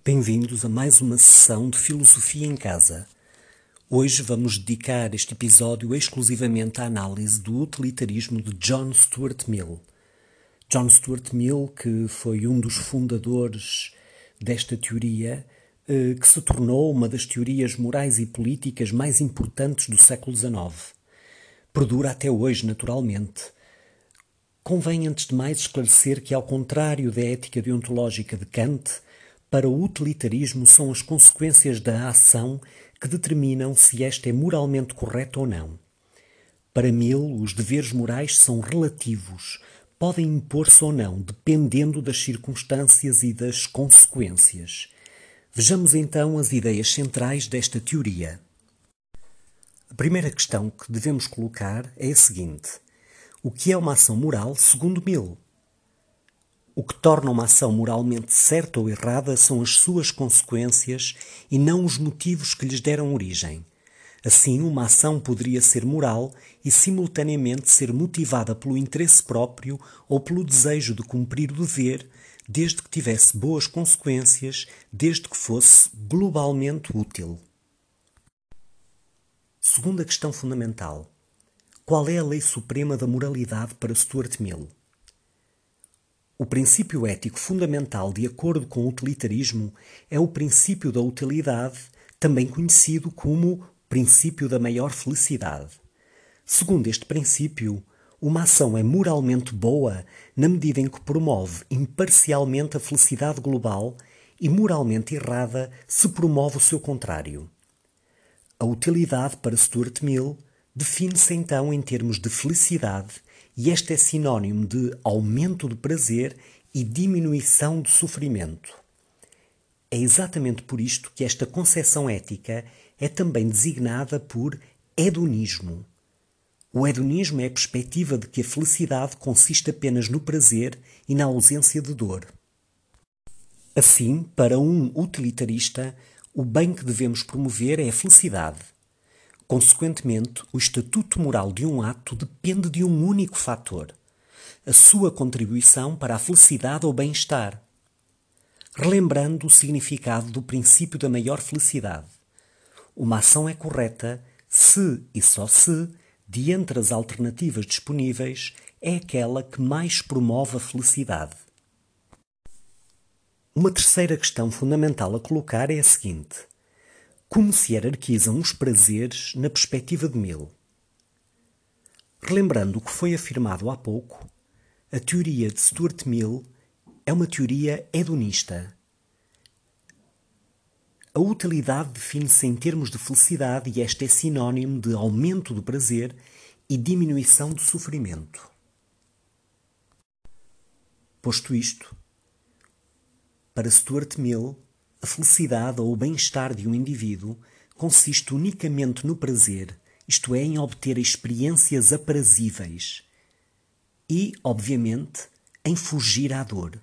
Bem-vindos a mais uma sessão de Filosofia em Casa. Hoje vamos dedicar este episódio exclusivamente à análise do utilitarismo de John Stuart Mill. John Stuart Mill, que foi um dos fundadores desta teoria, que se tornou uma das teorias morais e políticas mais importantes do século XIX. Perdura até hoje, naturalmente. Convém, antes de mais, esclarecer que, ao contrário da ética deontológica de Kant, para o utilitarismo são as consequências da ação que determinam se esta é moralmente correta ou não. Para Mill, os deveres morais são relativos, podem impor-se ou não, dependendo das circunstâncias e das consequências. Vejamos então as ideias centrais desta teoria. A primeira questão que devemos colocar é a seguinte: o que é uma ação moral segundo Mill? O que torna uma ação moralmente certa ou errada são as suas consequências e não os motivos que lhes deram origem. Assim, uma ação poderia ser moral e simultaneamente ser motivada pelo interesse próprio ou pelo desejo de cumprir o dever, desde que tivesse boas consequências, desde que fosse globalmente útil. Segunda questão fundamental: qual é a lei suprema da moralidade para Stuart Mill? O princípio ético fundamental, de acordo com o utilitarismo, é o princípio da utilidade, também conhecido como princípio da maior felicidade. Segundo este princípio, uma ação é moralmente boa na medida em que promove imparcialmente a felicidade global e moralmente errada se promove o seu contrário. A utilidade, para Stuart Mill, define-se então em termos de felicidade, e este é sinónimo de aumento do prazer e diminuição do sofrimento. É exatamente por isto que esta concepção ética é também designada por hedonismo. O hedonismo é a perspectiva de que a felicidade consiste apenas no prazer e na ausência de dor. Assim, para um utilitarista, o bem que devemos promover é a felicidade. Consequentemente, o estatuto moral de um ato depende de um único fator: a sua contribuição para a felicidade ou bem-estar. Relembrando o significado do princípio da maior felicidade, uma ação é correta se e só se, de entre as alternativas disponíveis, é aquela que mais promove a felicidade. Uma terceira questão fundamental a colocar é a seguinte: como se hierarquizam os prazeres na perspectiva de Mill? Relembrando o que foi afirmado há pouco, a teoria de Stuart Mill é uma teoria hedonista. A utilidade define-se em termos de felicidade e este é sinónimo de aumento do prazer e diminuição do sofrimento. Posto isto, para Stuart Mill, a felicidade ou o bem-estar de um indivíduo consiste unicamente no prazer, isto é, em obter experiências aprazíveis e, obviamente, em fugir à dor.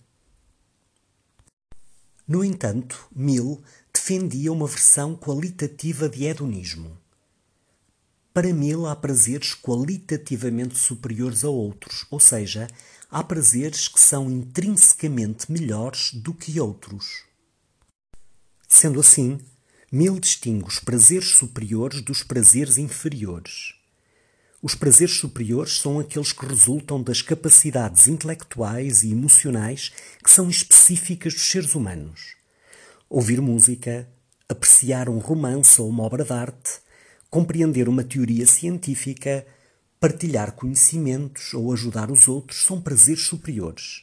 No entanto, Mill defendia uma versão qualitativa de hedonismo. Para Mill, há prazeres qualitativamente superiores a outros, ou seja, há prazeres que são intrinsecamente melhores do que outros. Sendo assim, Mill distingue os prazeres superiores dos prazeres inferiores. Os prazeres superiores são aqueles que resultam das capacidades intelectuais e emocionais que são específicas dos seres humanos. Ouvir música, apreciar um romance ou uma obra de arte, compreender uma teoria científica, partilhar conhecimentos ou ajudar os outros são prazeres superiores.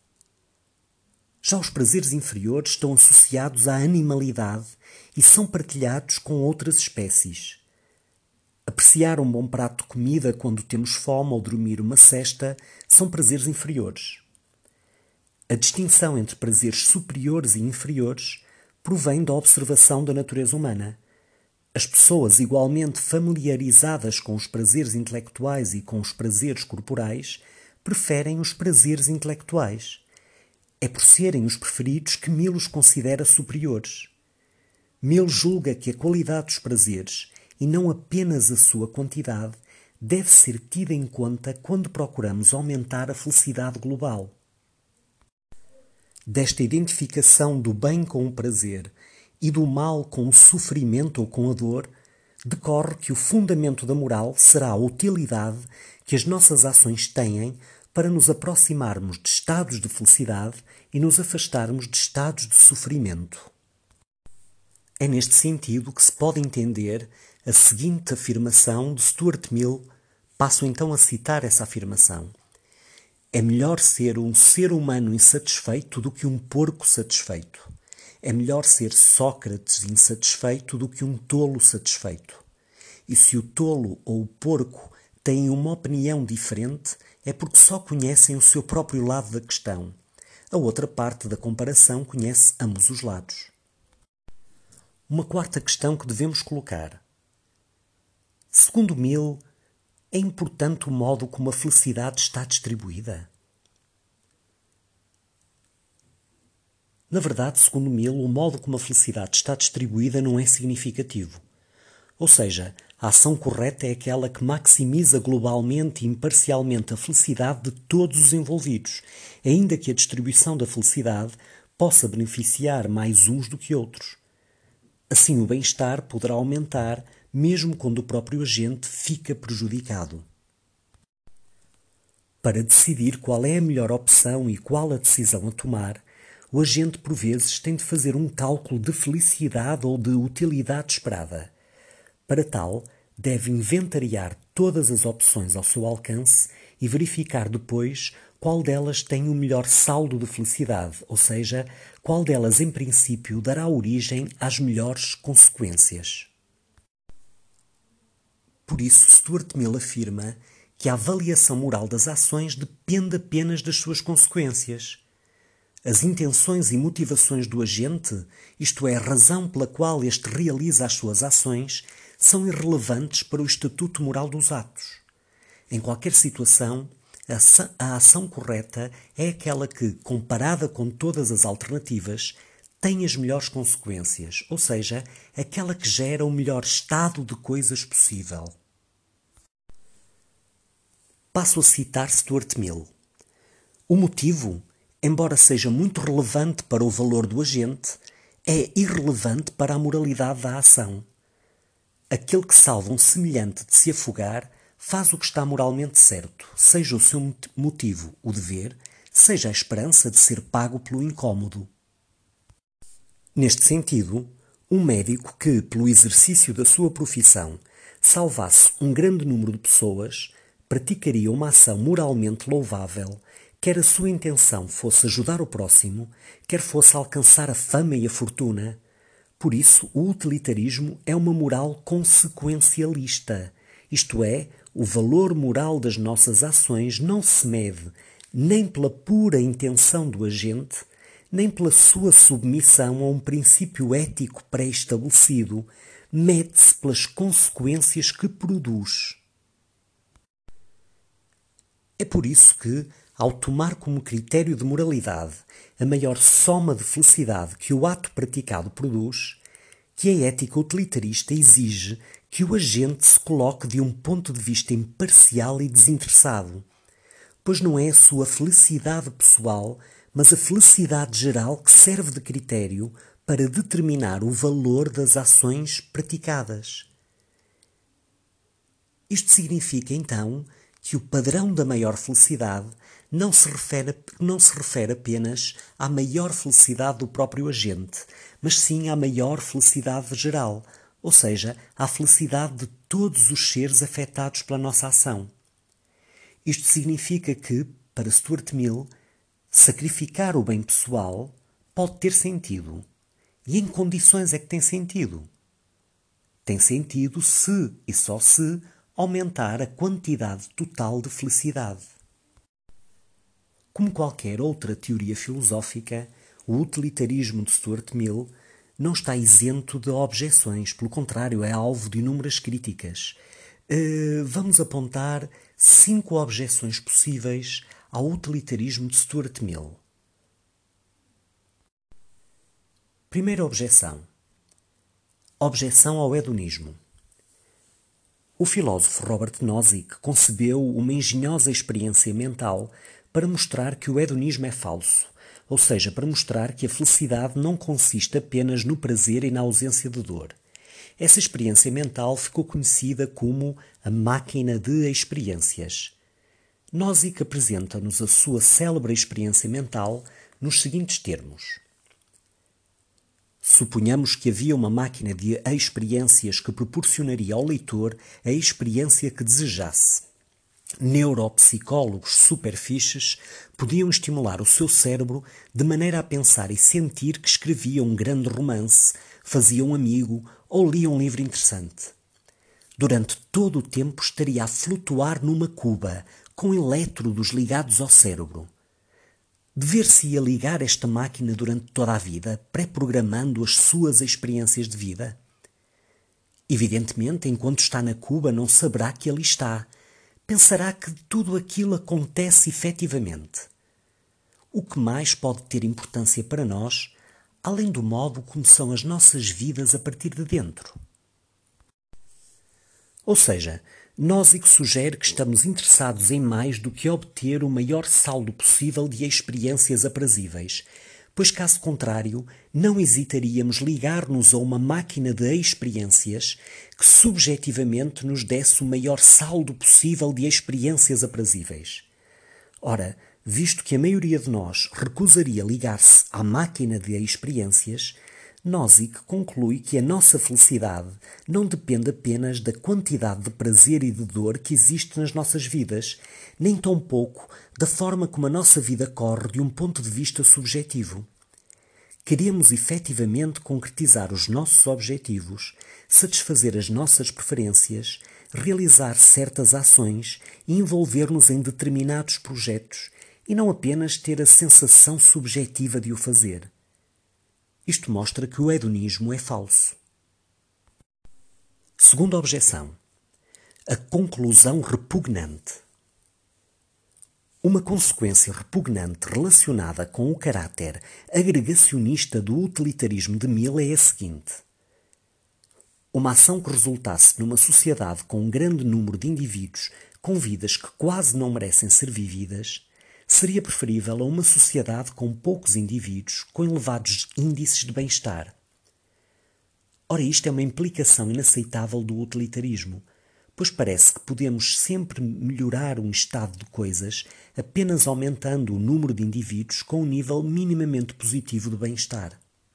Já os prazeres inferiores estão associados à animalidade e são partilhados com outras espécies. Apreciar um bom prato de comida quando temos fome ou dormir uma sesta são prazeres inferiores. A distinção entre prazeres superiores e inferiores provém da observação da natureza humana. As pessoas igualmente familiarizadas com os prazeres intelectuais e com os prazeres corporais preferem os prazeres intelectuais. É por serem os preferidos que Mill os considera superiores. Mill julga que a qualidade dos prazeres, e não apenas a sua quantidade, deve ser tida em conta quando procuramos aumentar a felicidade global. Desta identificação do bem com o prazer e do mal com o sofrimento ou com a dor, decorre que o fundamento da moral será a utilidade que as nossas ações têm para nos aproximarmos de estados de felicidade e nos afastarmos de estados de sofrimento. É neste sentido que se pode entender a seguinte afirmação de Stuart Mill. Passo então a citar essa afirmação. É melhor ser um ser humano insatisfeito do que um porco satisfeito. É melhor ser Sócrates insatisfeito do que um tolo satisfeito. E se o tolo ou o porco têm uma opinião diferente, é porque só conhecem o seu próprio lado da questão. A outra parte da comparação conhece ambos os lados. Uma quarta questão que devemos colocar. Segundo Mill, é importante o modo como a felicidade está distribuída? Na verdade, segundo Mill, o modo como a felicidade está distribuída não é significativo. Ou seja, a ação correta é aquela que maximiza globalmente e imparcialmente a felicidade de todos os envolvidos, ainda que a distribuição da felicidade possa beneficiar mais uns do que outros. Assim, o bem-estar poderá aumentar, mesmo quando o próprio agente fica prejudicado. Para decidir qual é a melhor opção e qual a decisão a tomar, o agente, por vezes, tem de fazer um cálculo de felicidade ou de utilidade esperada. Para tal, deve inventariar todas as opções ao seu alcance e verificar depois qual delas tem o melhor saldo de felicidade, ou seja, qual delas, em princípio, dará origem às melhores consequências. Por isso, Stuart Mill afirma que a avaliação moral das ações depende apenas das suas consequências. As intenções e motivações do agente, isto é, a razão pela qual este realiza as suas ações, são irrelevantes para o estatuto moral dos atos. Em qualquer situação, a ação correta é aquela que, comparada com todas as alternativas, tem as melhores consequências, ou seja, aquela que gera o melhor estado de coisas possível. Passo a citar Stuart Mill. O motivo, embora seja muito relevante para o valor do agente, é irrelevante para a moralidade da ação. Aquele que salva um semelhante de se afogar faz o que está moralmente certo, seja o seu motivo o dever, seja a esperança de ser pago pelo incômodo. Neste sentido, um médico que, pelo exercício da sua profissão, salvasse um grande número de pessoas, praticaria uma ação moralmente louvável, quer a sua intenção fosse ajudar o próximo, quer fosse alcançar a fama e a fortuna. Por isso, o utilitarismo é uma moral consequencialista, isto é, o valor moral das nossas ações não se mede nem pela pura intenção do agente, nem pela sua submissão a um princípio ético pré-estabelecido, mede-se pelas consequências que produz. É por isso que, ao tomar como critério de moralidade a maior soma de felicidade que o ato praticado produz, que a ética utilitarista exige que o agente se coloque de um ponto de vista imparcial e desinteressado, pois não é a sua felicidade pessoal, mas a felicidade geral que serve de critério para determinar o valor das ações praticadas. Isto significa, então, que o padrão da maior felicidade não se refere apenas à maior felicidade do próprio agente, mas sim à maior felicidade geral, ou seja, à felicidade de todos os seres afetados pela nossa ação. Isto significa que, para Stuart Mill, sacrificar o bem pessoal pode ter sentido. E em que condições é que tem sentido? Tem sentido se, e só se, aumentar a quantidade total de felicidade. Como qualquer outra teoria filosófica, o utilitarismo de Stuart Mill não está isento de objeções, pelo contrário, é alvo de inúmeras críticas. Vamos apontar 5 objeções possíveis ao utilitarismo de Stuart Mill. Primeira objeção. Objeção ao hedonismo. O filósofo Robert Nozick concebeu uma engenhosa experiência mental para mostrar que o hedonismo é falso, ou seja, para mostrar que a felicidade não consiste apenas no prazer e na ausência de dor. Essa experiência mental ficou conhecida como a máquina de experiências. Nozick apresenta-nos a sua célebre experiência mental nos seguintes termos. Suponhamos que havia uma máquina de experiências que proporcionaria ao leitor a experiência que desejasse. Neuropsicólogos superfixes podiam estimular o seu cérebro de maneira a pensar e sentir que escrevia um grande romance, fazia um amigo ou lia um livro interessante. Durante todo o tempo estaria a flutuar numa cuba, com elétrodos ligados ao cérebro. Dever-se-ia ligar esta máquina durante toda a vida, pré-programando as suas experiências de vida? Evidentemente, enquanto está na cuba, não saberá que ali está. Pensará que tudo aquilo acontece efetivamente. O que mais pode ter importância para nós, além do modo como são as nossas vidas a partir de dentro? Ou seja, Nozick sugere que estamos interessados em mais do que obter o maior saldo possível de experiências aprazíveis, pois caso contrário, não hesitaríamos ligar-nos a uma máquina de experiências que subjetivamente nos desse o maior saldo possível de experiências aprazíveis. Ora, visto que a maioria de nós recusaria ligar-se à máquina de experiências, Nozick conclui que a nossa felicidade não depende apenas da quantidade de prazer e de dor que existe nas nossas vidas, nem tampouco da forma como a nossa vida corre de um ponto de vista subjetivo. Queremos efetivamente concretizar os nossos objetivos, satisfazer as nossas preferências, realizar certas ações e envolver-nos em determinados projetos, e não apenas ter a sensação subjetiva de o fazer. Isto mostra que o hedonismo é falso. Segunda objeção. A conclusão repugnante. Uma consequência repugnante relacionada com o caráter agregacionista do utilitarismo de Mill é a seguinte. Uma ação que resultasse numa sociedade com um grande número de indivíduos com vidas que quase não merecem ser vividas seria preferível a uma sociedade com poucos indivíduos com elevados índices de bem-estar. Ora, isto é uma implicação inaceitável do utilitarismo, pois parece que podemos sempre melhorar um estado de coisas apenas aumentando o número de indivíduos com um nível minimamente positivo de bem-estar.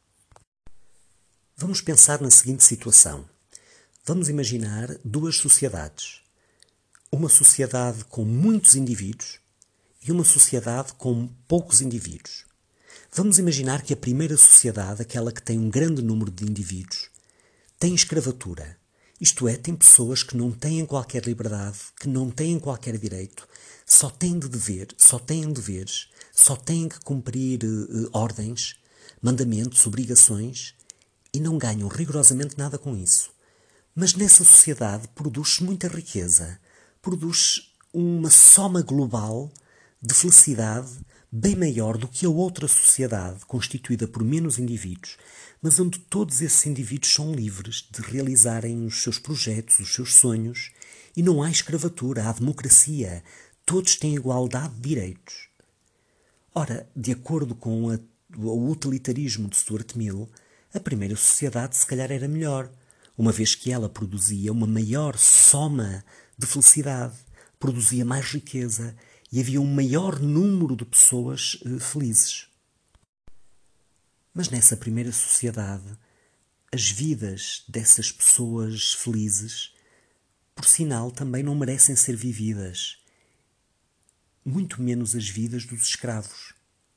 Vamos pensar na seguinte situação. Vamos imaginar duas sociedades. Uma sociedade com muitos indivíduos e uma sociedade com poucos indivíduos. Vamos imaginar que a primeira sociedade, aquela que tem um grande número de indivíduos, tem escravatura. Isto é, tem pessoas que não têm qualquer liberdade, que não têm qualquer direito, só têm deveres, só têm que cumprir ordens, mandamentos, obrigações e não ganham rigorosamente nada com isso. Mas nessa sociedade produz-se muita riqueza, produz-se uma soma global de felicidade bem maior do que a outra sociedade, constituída por menos indivíduos, mas onde todos esses indivíduos são livres de realizarem os seus projetos, os seus sonhos, e não há escravatura, há democracia, todos têm igualdade de direitos. Ora, de acordo com o utilitarismo de Stuart Mill, a primeira sociedade se calhar era melhor, uma vez que ela produzia uma maior soma de felicidade, produzia mais riqueza e havia um maior número de pessoas felizes. Mas nessa primeira sociedade, as vidas dessas pessoas felizes, por sinal, também não merecem ser vividas, muito menos as vidas dos escravos.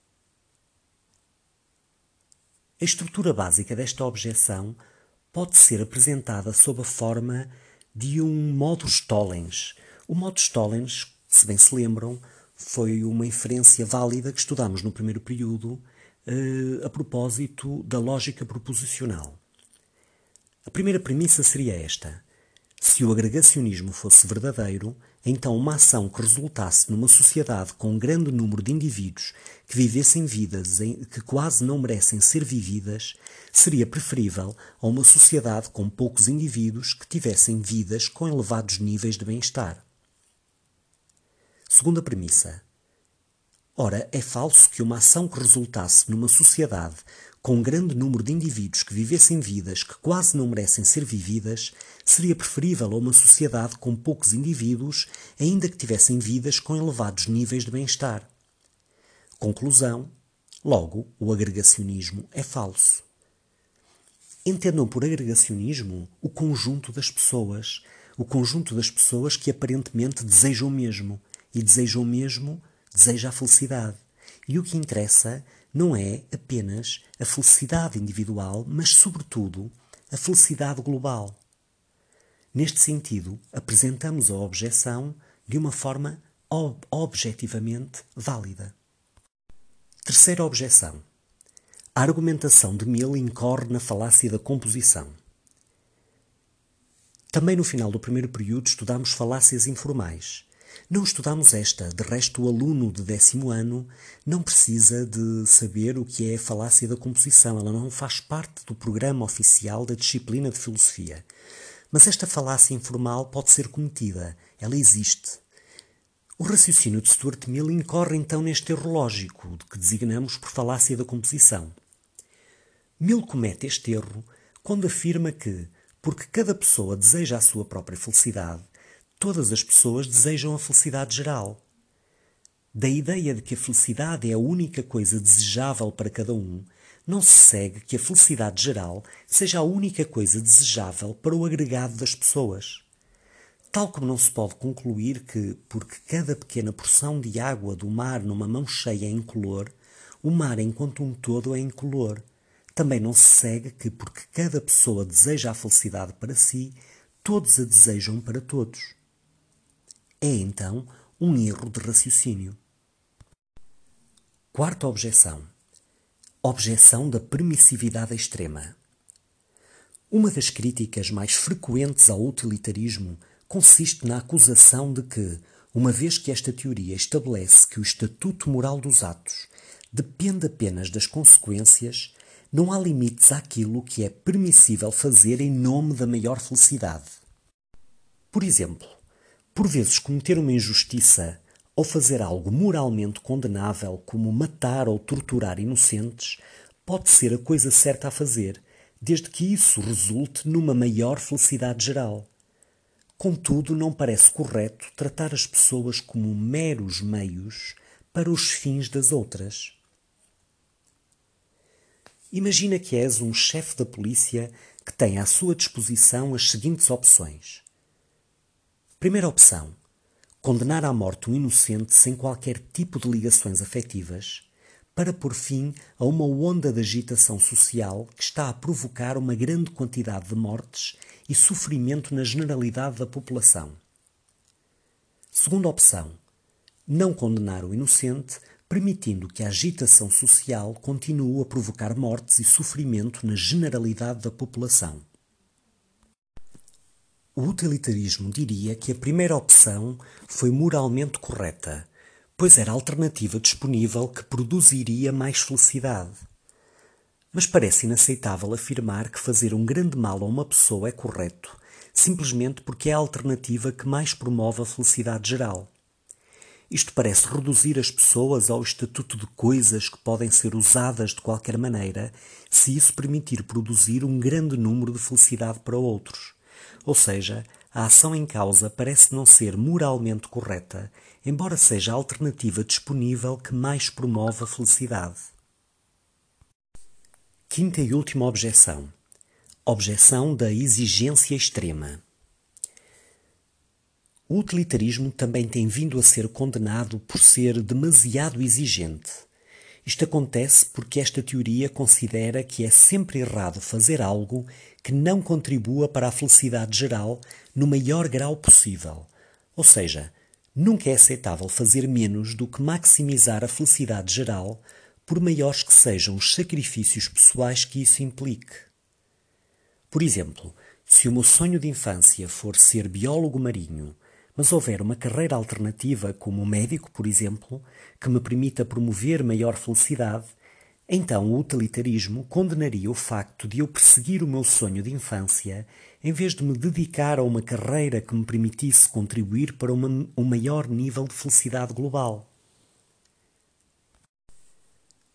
A estrutura básica desta objeção pode ser apresentada sob a forma de um modus tollens. O modus tollens, se bem se lembram, foi uma inferência válida que estudámos no primeiro período a propósito da lógica proposicional. A primeira premissa seria esta. Se o agregacionismo fosse verdadeiro, então uma ação que resultasse numa sociedade com um grande número de indivíduos que vivessem vidas que quase não merecem ser vividas seria preferível a uma sociedade com poucos indivíduos que tivessem vidas com elevados níveis de bem-estar. Segunda premissa. Ora, é falso que uma ação que resultasse numa sociedade com um grande número de indivíduos que vivessem vidas que quase não merecem ser vividas seria preferível a uma sociedade com poucos indivíduos, ainda que tivessem vidas com elevados níveis de bem-estar. Conclusão: logo, o agregacionismo é falso. Entendam por agregacionismo o conjunto das pessoas que aparentemente desejam o mesmo, e desejam o mesmo, deseja a felicidade. E o que interessa não é apenas a felicidade individual, mas, sobretudo, a felicidade global. Neste sentido, apresentamos a objeção de uma forma objetivamente válida. Terceira objeção. A argumentação de Mill incorre na falácia da composição. Também no final do primeiro período estudámos falácias informais. Não estudámos esta, de resto o aluno de 10º ano não precisa de saber o que é a falácia da composição, ela não faz parte do programa oficial da disciplina de filosofia. Mas esta falácia informal pode ser cometida, ela existe. O raciocínio de Stuart Mill incorre então neste erro lógico, de que designamos por falácia da composição. Mill comete este erro quando afirma que, porque cada pessoa deseja a sua própria felicidade, todas as pessoas desejam a felicidade geral. Da ideia de que a felicidade é a única coisa desejável para cada um, não se segue que a felicidade geral seja a única coisa desejável para o agregado das pessoas. Tal como não se pode concluir que, porque cada pequena porção de água do mar numa mão cheia é incolor, o mar enquanto um todo é incolor. Também não se segue que, porque cada pessoa deseja a felicidade para si, todos a desejam para todos. É, então, um erro de raciocínio. Quarta objeção. Objeção da permissividade extrema. Uma das críticas mais frequentes ao utilitarismo consiste na acusação de que, uma vez que esta teoria estabelece que o estatuto moral dos atos depende apenas das consequências, não há limites àquilo que é permissível fazer em nome da maior felicidade. Por exemplo, por vezes cometer uma injustiça ou fazer algo moralmente condenável, como matar ou torturar inocentes, pode ser a coisa certa a fazer, desde que isso resulte numa maior felicidade geral. Contudo, não parece correto tratar as pessoas como meros meios para os fins das outras. Imagina que és um chefe da polícia que tem à sua disposição as seguintes opções. Primeira opção: condenar à morte um inocente sem qualquer tipo de ligações afetivas, para pôr fim a uma onda de agitação social que está a provocar uma grande quantidade de mortes e sofrimento na generalidade da população. Segunda opção: não condenar o inocente, permitindo que a agitação social continue a provocar mortes e sofrimento na generalidade da população. O utilitarismo diria que a primeira opção foi moralmente correta, pois era a alternativa disponível que produziria mais felicidade. Mas parece inaceitável afirmar que fazer um grande mal a uma pessoa é correto, simplesmente porque é a alternativa que mais promove a felicidade geral. Isto parece reduzir as pessoas ao estatuto de coisas que podem ser usadas de qualquer maneira, se isso permitir produzir um grande número de felicidade para outros. Ou seja, a ação em causa parece não ser moralmente correta, embora seja a alternativa disponível que mais promove a felicidade. Quinta e última objeção. Objeção da exigência extrema. O utilitarismo também tem vindo a ser condenado por ser demasiado exigente. Isto acontece porque esta teoria considera que é sempre errado fazer algo que não contribua para a felicidade geral no maior grau possível. Ou seja, nunca é aceitável fazer menos do que maximizar a felicidade geral, por maiores que sejam os sacrifícios pessoais que isso implique. Por exemplo, se o meu sonho de infância for ser biólogo marinho, mas houver uma carreira alternativa como médico, por exemplo, que me permita promover maior felicidade, então o utilitarismo condenaria o facto de eu perseguir o meu sonho de infância em vez de me dedicar a uma carreira que me permitisse contribuir para um maior nível de felicidade global.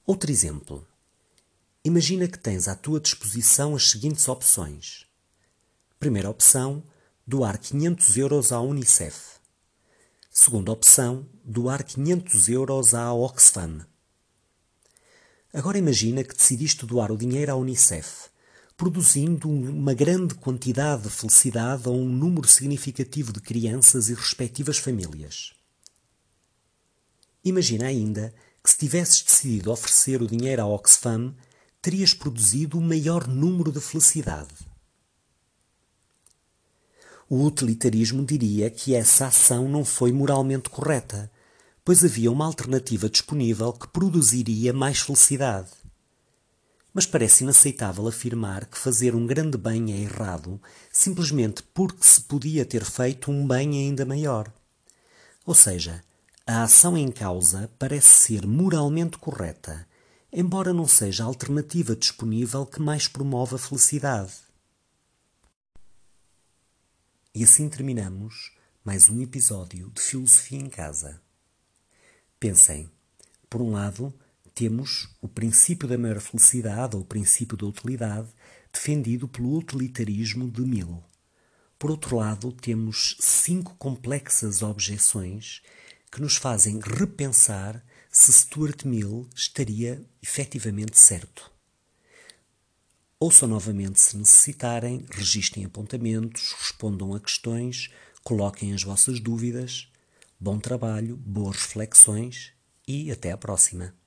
Outro exemplo. Imagina que tens à tua disposição as seguintes opções. Primeira opção, doar 500 euros à Unicef. Segunda opção, doar 500 euros à Oxfam. Agora imagina que decidiste doar o dinheiro à Unicef, produzindo uma grande quantidade de felicidade a um número significativo de crianças e respectivas famílias. Imagina ainda que se tivesses decidido oferecer o dinheiro à Oxfam, terias produzido o maior número de felicidade. O utilitarismo diria que essa ação não foi moralmente correta, pois havia uma alternativa disponível que produziria mais felicidade. Mas parece inaceitável afirmar que fazer um grande bem é errado, simplesmente porque se podia ter feito um bem ainda maior. Ou seja, a ação em causa parece ser moralmente correta, embora não seja a alternativa disponível que mais promove a felicidade. E assim terminamos mais um episódio de Filosofia em Casa. Pensem, por um lado, temos o princípio da maior felicidade, ou o princípio da utilidade, defendido pelo utilitarismo de Mill. Por outro lado, temos 5 complexas objeções que nos fazem repensar se Stuart Mill estaria efetivamente certo. Ouçam novamente se necessitarem, registem apontamentos, respondam a questões, coloquem as vossas dúvidas. Bom trabalho, boas reflexões e até à próxima.